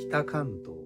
北関東。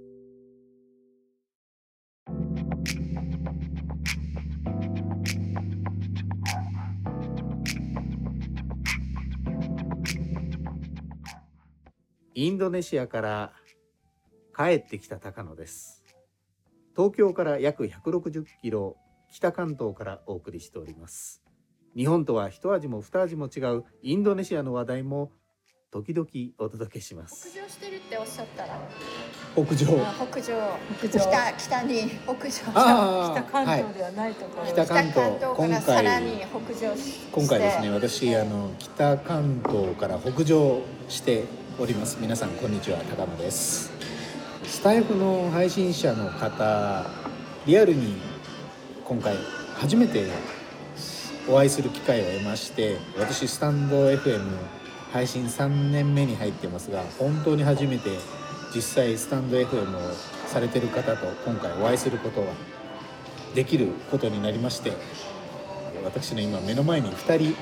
インドネシアから帰ってきた高野です。東京から約160キロ、北関東からお送りしております。日本とは一味も二味も違うインドネシアの話題も時々お届けします。 北上してるっておっしゃったら北上、 北に北上、 北関東ではないところ、 北関東からさらに北上して、 今回ですね、私北関東から北上しております。皆さんこんにちは、高野です。スタイフの配信者の方、リアルに今回初めてお会いする機会を得まして、私スタンド FM 配信3年目に入ってますが、本当に初めて実際スタンド FM をされてる方と今回お会いすることができることになりまして、私の今目の前に2人、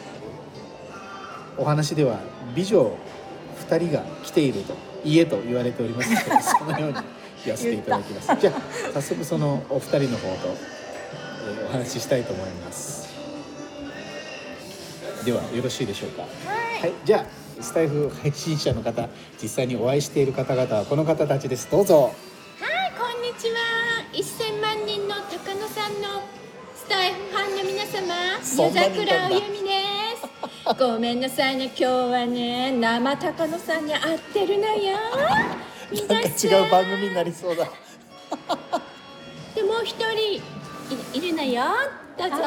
お話では美女2人が来ていると家と言われておりますので、そのように言わせていただきます。じゃあ早速そのお二人の方とお話ししたいと思います。ではよろしいでしょうか。はい、じゃあスタイフ配信者の方、実際にお会いしている方々はこの方たちです。どうぞ。 はい、こんにちは。1000万人の高野さんのスタイフファンの皆様、夜桜おゆみです。ごめんなさいね、今日はね生高野さんに会ってるのよ。 なんか違う番組になりそうだ。 でもう一人いるのよ。どうぞ。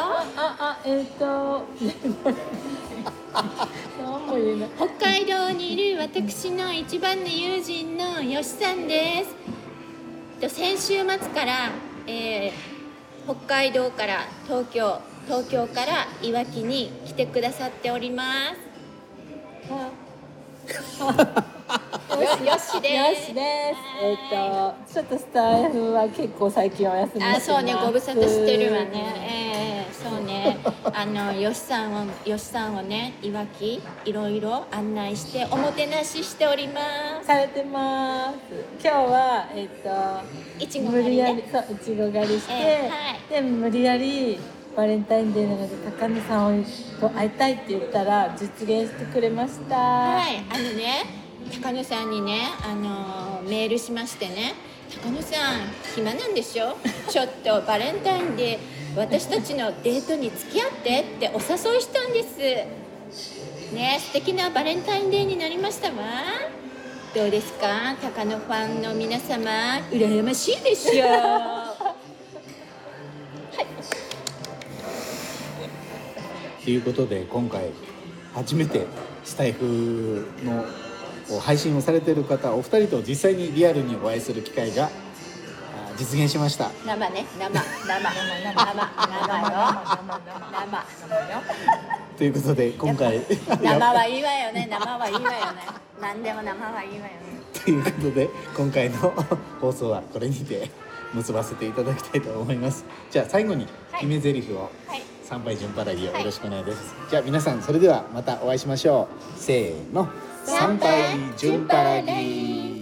北海道にいる私の一番の友人のよしさんです。先週末から、北海道から東京からいわきに来てくださっております。よしです。 ちょっとスタイフは結構最近お休みしてます。 そうね、ご無沙汰してるわね。そうね、よしさんをね、いわきいろいろ案内しておもてなししております。 されてます。今日はいちご狩りね。 そう、いちご狩りして、で無理やりバレンタインデーなので高野さんと会いたいって言ったら実現してくれました。 はい、高野さんにね、メールしましてね、高野さん暇なんでしょちょっとバレンタインで私たちのデートに付き合ってってお誘いしたんですね。素敵なバレンタインデーになりましたわ。どうですか、高野ファンの皆様、羨ましいでしょということで、今回初めてスタイフの配信をされている方お二人と実際にリアルにお会いする機会が実現しました。 生よ。 ということで今回生はいいわよね。何でも生はいいわよね。 ということで今回の放送はこれにて結ばせていただきたいと思います。じゃあ最後に決め台詞を、参拝順払いをよろしくお願いです。じゃあ皆さん、それではまたお会いしましょう。せーの、参拝順払い。